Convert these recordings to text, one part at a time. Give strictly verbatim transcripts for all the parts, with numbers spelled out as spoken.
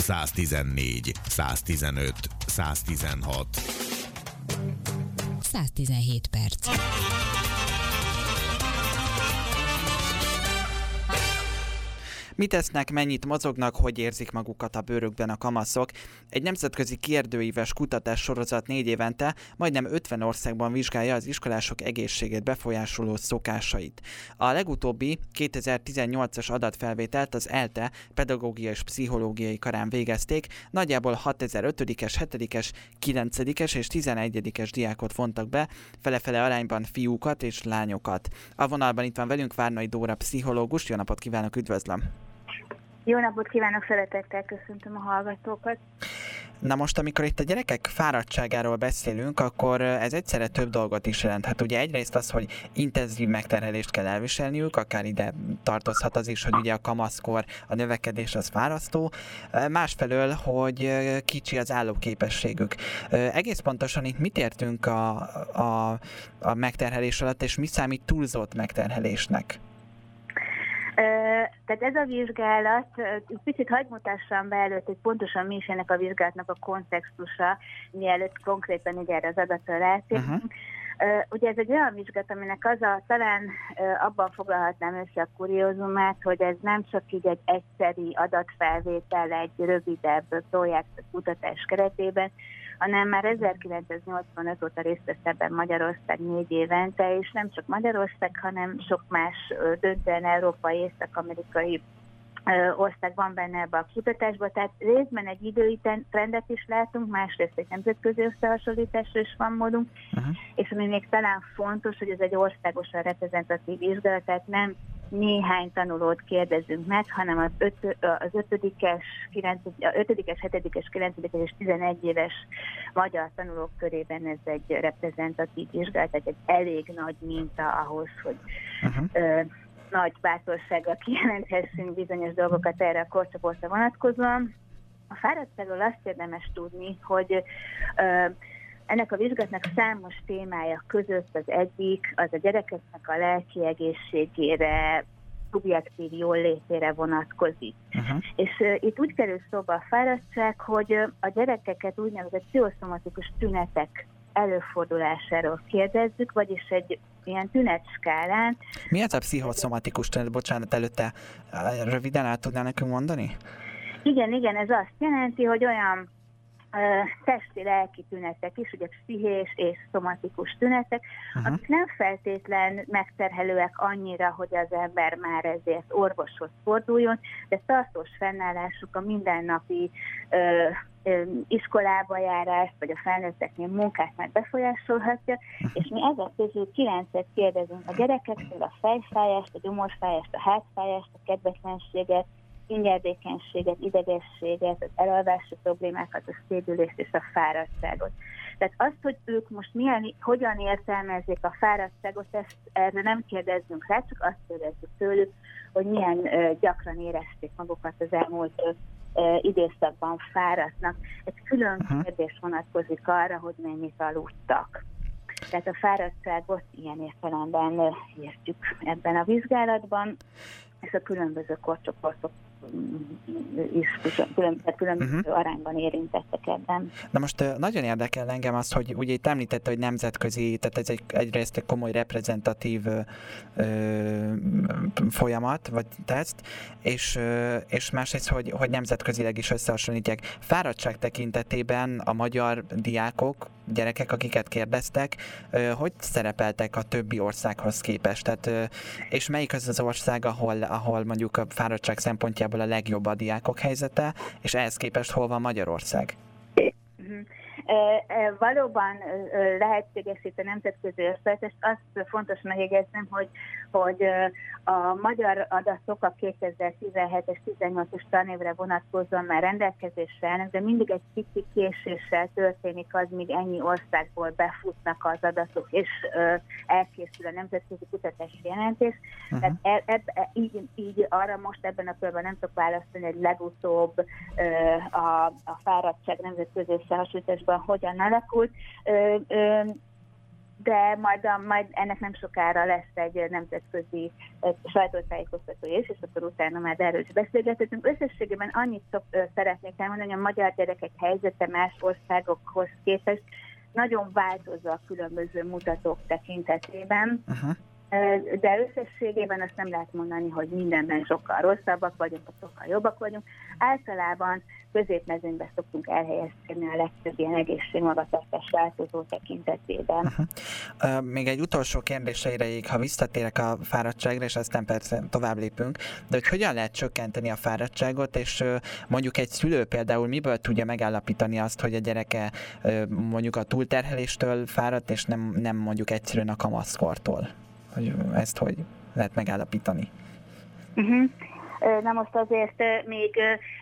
száztizennégy, száztizenöt, száztizenhat. száztizenhét perc. Mit esznek, mennyit mozognak, hogy érzik magukat a bőrükben a kamaszok? Egy nemzetközi kérdőíves kutatás sorozat négy évente majdnem ötven országban vizsgálja az iskolások egészségét befolyásoló szokásait. A legutóbbi kétezer-tizennyolcas adatfelvételt az ELTE pedagógiai és pszichológiai karán végezték, nagyjából hatezer ötödikes, hetedikes, kilencedikes és tizenegyedikes diákot vontak be, fele-fele arányban fiúkat és lányokat. A vonalban itt van velünk Várnai Dóra pszichológus. Jó napot kívánok, üdvözlöm! Jó napot kívánok, szeretettel köszöntöm a hallgatókat. Na most, amikor itt a gyerekek fáradtságáról beszélünk, akkor ez egyszerre több dolgot is jelent. Hát ugye egyrészt az, hogy intenzív megterhelést kell elviselniük, akár ide tartozhat az is, hogy ugye a kamaszkor a növekedés az fárasztó. Másfelől, hogy kicsi az állóképességük. Egész pontosan itt mit értünk a, a, a megterhelés alatt, és mi számít túlzott megterhelésnek? Tehát ez a vizsgálat, picit hagyd mutassam be előtt, hogy pontosan mi is ennek a vizsgálatnak a kontextusa, mielőtt konkrétan ugye erre az adatra rátérünk. Uh-huh. Ugye ez egy olyan vizsgálat, aminek az a, talán abban foglalhatnám össze a kuriózumát, hogy ez nem csak így egy egyszeri adatfelvétel, egy rövidebb projekt kutatás keretében, hanem már ezerkilencszáznyolcvanöt óta részt vesz ebben Magyarország négy évente, és nem csak Magyarország, hanem sok más döntően európai, észak-amerikai ország van benne ebbe a kutatásban, tehát részben egy idői trendet is látunk, másrészt egy nemzetközi összehasonlításra is van módunk, uh-huh. és ami még talán fontos, hogy ez egy országosan reprezentatív vizsgálat, tehát nem néhány tanulót kérdezünk meg, hanem az, öt, az ötödikes, kilencedik, ötödikes, hetedikes, kilencedikes és tizenegy éves magyar tanulók körében ez egy reprezentatív vizsgálat, tehát egy elég nagy minta ahhoz, hogy uh-huh. ö, nagy bátorsággal kijelenthessünk bizonyos dolgokat erre a korcsoportra vonatkozóan. A fáradtságról azt érdemes tudni, hogy ö, ennek a vizsgálatnak számos témája között az egyik, az a gyerekeknek a lelki egészségére, szubjektív jóllétére vonatkozik. Uh-huh. És uh, itt úgy kerül szóba a fáradtság, hogy uh, a gyerekeket úgynevezett pszichoszomatikus tünetek előfordulásáról kérdezzük, vagyis egy ilyen tünetskálán. Mi az a pszichoszomatikus tünet? Bocsánat, előtte röviden el tudnál nekünk mondani? Igen, igen, ez azt jelenti, hogy olyan testi-lelki tünetek is, ugye pszichés és szomatikus tünetek, uh-huh. amik nem feltétlen megterhelőek annyira, hogy az ember már ezért orvoshoz forduljon, de tartós fennállásuk a mindennapi ö, ö, iskolába járást, vagy a felnőtteknél munkát már befolyásolhatja, uh-huh. és mi ezzel közül kilencet kérdezünk a gyerekektől: a fejfájást, a gyomorfájást, a hátfájást, a kedvetlenséget, ingyerdékenységet, idegességet, az elalvási problémákat, a szédülést és a fáradtságot. Tehát azt, hogy ők most milyen, hogyan értelmezik a fáradtságot, ezt erre nem kérdezzünk rá, csak azt kérdezzük tőlük, hogy milyen uh, gyakran érezték magukat az elmúlt uh, időszakban fáradtnak. Egy külön uh-huh. kérdés vonatkozik arra, hogy mennyit aludtak. Tehát a fáradtságot ilyen értelemben uh, értjük ebben a vizsgálatban, és a különböző korcsoportok is különböző, különböző uh-huh. arányban érintettek ebben. Na most nagyon érdekel engem az, hogy ugye itt említette, hogy nemzetközi, tehát ez egy, egyrészt egy komoly reprezentatív ö, folyamat, vagy teszt, és, ö, és másrészt, hogy, hogy nemzetközileg is összehasonlítják. Fáradtság tekintetében a magyar diákok, gyerekek, akiket kérdeztek, ö, hogy szerepeltek a többi országhoz képest? Tehát, ö, és melyik az az ország, ahol, ahol mondjuk a fáradtság szempontjából a legjobb a diákok helyzete, és ehhez képest hol van Magyarország? Valóban lehetséges itt a nemzetközi összevetést. Azt fontos megjegyeznem, hogy, hogy a magyar adatok a kétezer-tizenhetes tizennyolcas tanévre vonatkozóan már rendelkezésre állnak, de mindig egy kicsi késéssel történik az, míg ennyi országból befutnak az adatok, és elkészül a nemzetközi kutatási jelentés. Uh-huh. Tehát e, e, e, így, így arra most ebben a körben nem tudok választani, hogy legutóbb a, a fáradtság nemzetközi összehasonlításban hogyan alakult. Ö, ö, de majd, a, majd ennek nem sokára lesz egy nemzetközi sajtótájékoztató is, és akkor utána már erről is beszélgethetünk. Összességében annyit szok, szeretnék elmondani, hogy a magyar gyerekek helyzete más országokhoz képest nagyon változó a különböző mutatók tekintetében. Uh-huh. De összességében azt nem lehet mondani, hogy mindenben sokkal rosszabbak vagyunk, vagy sokkal jobbak vagyunk. Általában középmezőnyben szoktunk elhelyezkedni a legtöbb ilyen egészségmagatartás változó tekintetében. Uh-huh. Uh, még egy utolsó kérdés erejéig, ha visszatérek a fáradtságra, és aztán persze tovább lépünk, de hogy hogyan lehet csökkenteni a fáradtságot, és uh, mondjuk egy szülő például miből tudja megállapítani azt, hogy a gyereke uh, mondjuk a túlterheléstől fáradt, és nem, nem mondjuk egyszerűen a kamaszkortól? Hogy ezt hogy lehet megállapítani? Uh-huh. Na most azért még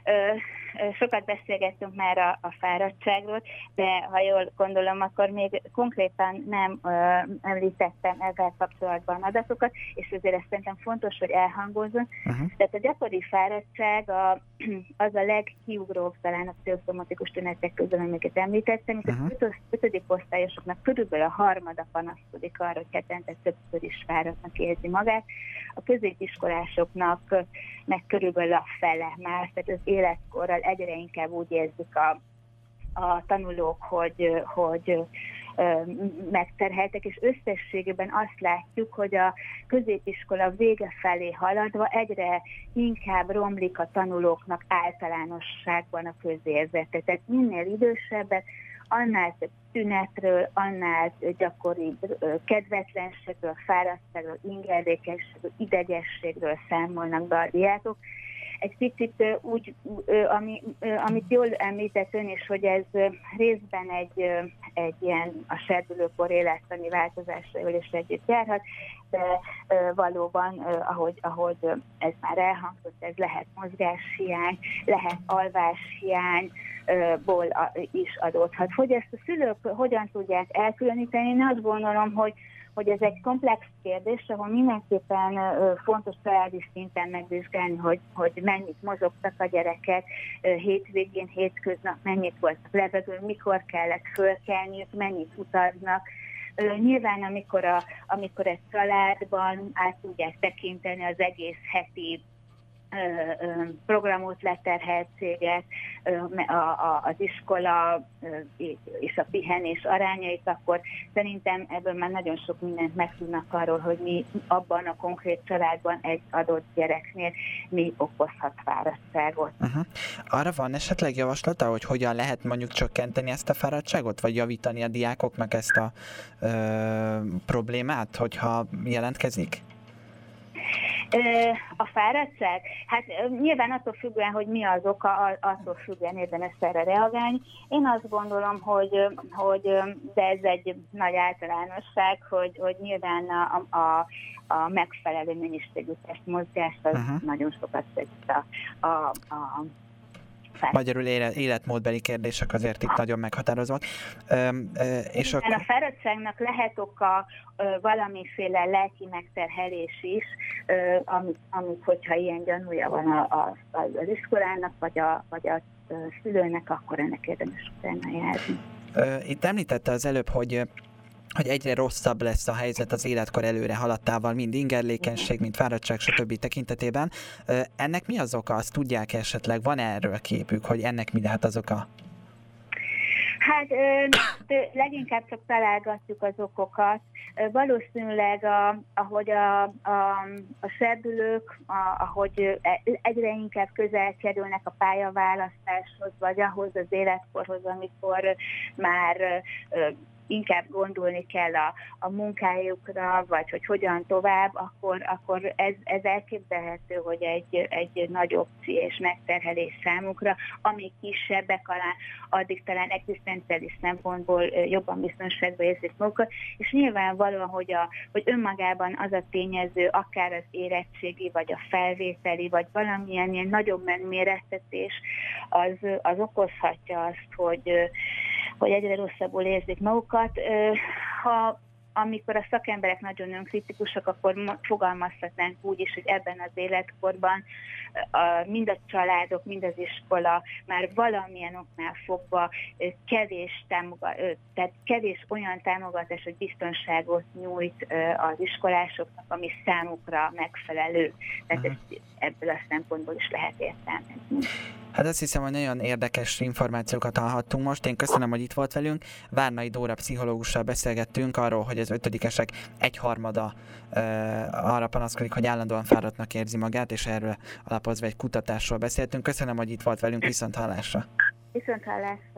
sokat beszélgettünk már a, a fáradtságról, de ha jól gondolom, akkor még konkrétan nem ö, említettem ezzel kapcsolatban adatokat, és ezért ezt szerintem fontos, hogy elhangozzon. Uh-huh. Tehát a gyakori fáradtság a, az a legkiugróbb talán a pszichoszomatikus tünetek közül, amiket említettem, és uh-huh. az ötödik osztályosoknak körülbelül a harmada panaszkodik arra, hogy hetente többször is fáradtnak érzi magát. A középiskolásoknak meg körülbelül a fele már, tehát az életkorral egyre inkább úgy érzik a, a tanulók, hogy, hogy ö, megterheltek, és összességében azt látjuk, hogy a középiskola vége felé haladva egyre inkább romlik a tanulóknak általánosságban a közérzete. Tehát minél idősebbek, annál több tünetről, annál gyakoribb kedvetlenségről, fáradtságról, ingerlékenységről, idegességről számolnak be a diákok. Egy picit úgy, ami, amit jól említett ön is, hogy ez részben egy, egy ilyen a serdülőkor élettani változással is együtt járhat, de valóban, ahogy, ahogy ez már elhangzott, ez lehet mozgáshiány, lehet alváshiány, ból is adódhat. Hogy ezt a szülők hogyan tudják elkülöníteni, én azt gondolom, hogy hogy ez egy komplex kérdés, ahol mindenképpen fontos családi szinten megvizsgálni, hogy, hogy mennyit mozogtak a gyerekek hétvégén, hétköznap, mennyit voltak levegőn, mikor kellett fölkelniük, mennyit utaznak. Nyilván, amikor, a, amikor egy családban át tudják tekinteni az egész heti programot, leterheltséget, az iskola és a pihenés arányait, akkor szerintem ebből már nagyon sok mindent megtudnak arról, hogy mi abban a konkrét családban egy adott gyereknél mi okozhat fáradtságot. Uh-huh. Arra van esetleg javaslata, hogy hogyan lehet mondjuk csökkenteni ezt a fáradtságot, vagy javítani a diákoknak ezt a ö, problémát, hogyha jelentkezik? A fáradtság? Hát nyilván attól függően, hogy mi az oka, attól függően érdemes erre reagálni. Én azt gondolom, hogy, hogy de ez egy nagy általánosság, hogy, hogy nyilván a, a, a megfelelő mennyiségű testmozgást az uh-huh. nagyon sokat segít a, a, a Magyarul életmódbeli kérdések azért itt nagyon meghatározóak. Üm, és akkor... A fáradtságnak lehet oka valamiféle lelki megterhelés is, amit, amit hogyha ilyen gyanúja van a, a, az iskolának, vagy a, vagy a szülőnek, akkor ennek érdemes utána járni. Itt említette az előbb, hogy hogy egyre rosszabb lesz a helyzet az életkor előre haladtával, mind ingerlékenység, mind fáradtság, stb. Tekintetében. Ennek mi az oka? Azt tudják esetleg? Van erről képük, hogy ennek mi lehet az oka? Hát leginkább csak találgatjuk az okokat. Valószínűleg, a, ahogy a, a, a serdülők, a, ahogy egyre inkább közel kerülnek a pályaválasztáshoz, vagy ahhoz az életkorhoz, amikor már inkább gondolni kell a, a munkájukra, vagy hogy hogyan tovább, akkor, akkor ez, ez elképzelhető, hogy egy, egy nagy opció és megterhelés számukra, amíg kisebbek alá, addig talán egzisztenciális szempontból jobban biztonságban érzik magukat, és nyilvánvalóan, hogy, a, hogy önmagában az a tényező, akár az érettségi, vagy a felvételi, vagy valamilyen ilyen nagyobb megmérettetés, az, az okozhatja azt, hogy hogy egyre rosszabbul érzik magukat. Ha amikor a szakemberek nagyon önkritikusak, akkor fogalmazhatnánk úgy is, hogy ebben az életkorban a, mind a családok, mind az iskola már valamilyen oknál fogva kevés, támogat, tehát kevés olyan támogatás, hogy biztonságot nyújt az iskolásoknak, ami számukra megfelelő. Tehát uh-huh. ezt ebből a szempontból is lehet értelmezni. Hát azt hiszem, hogy nagyon érdekes információkat hallhattunk most. Én köszönöm, hogy itt volt velünk. Várnai Dóra pszichológussal beszélgettünk arról, hogy az ötödikesek egyharmada uh, arra panaszkodik, hogy állandóan fáradtnak érzi magát, és erről alapozva egy kutatásról beszéltünk. Köszönöm, hogy itt volt velünk, viszont hallásra. Viszont hallásra.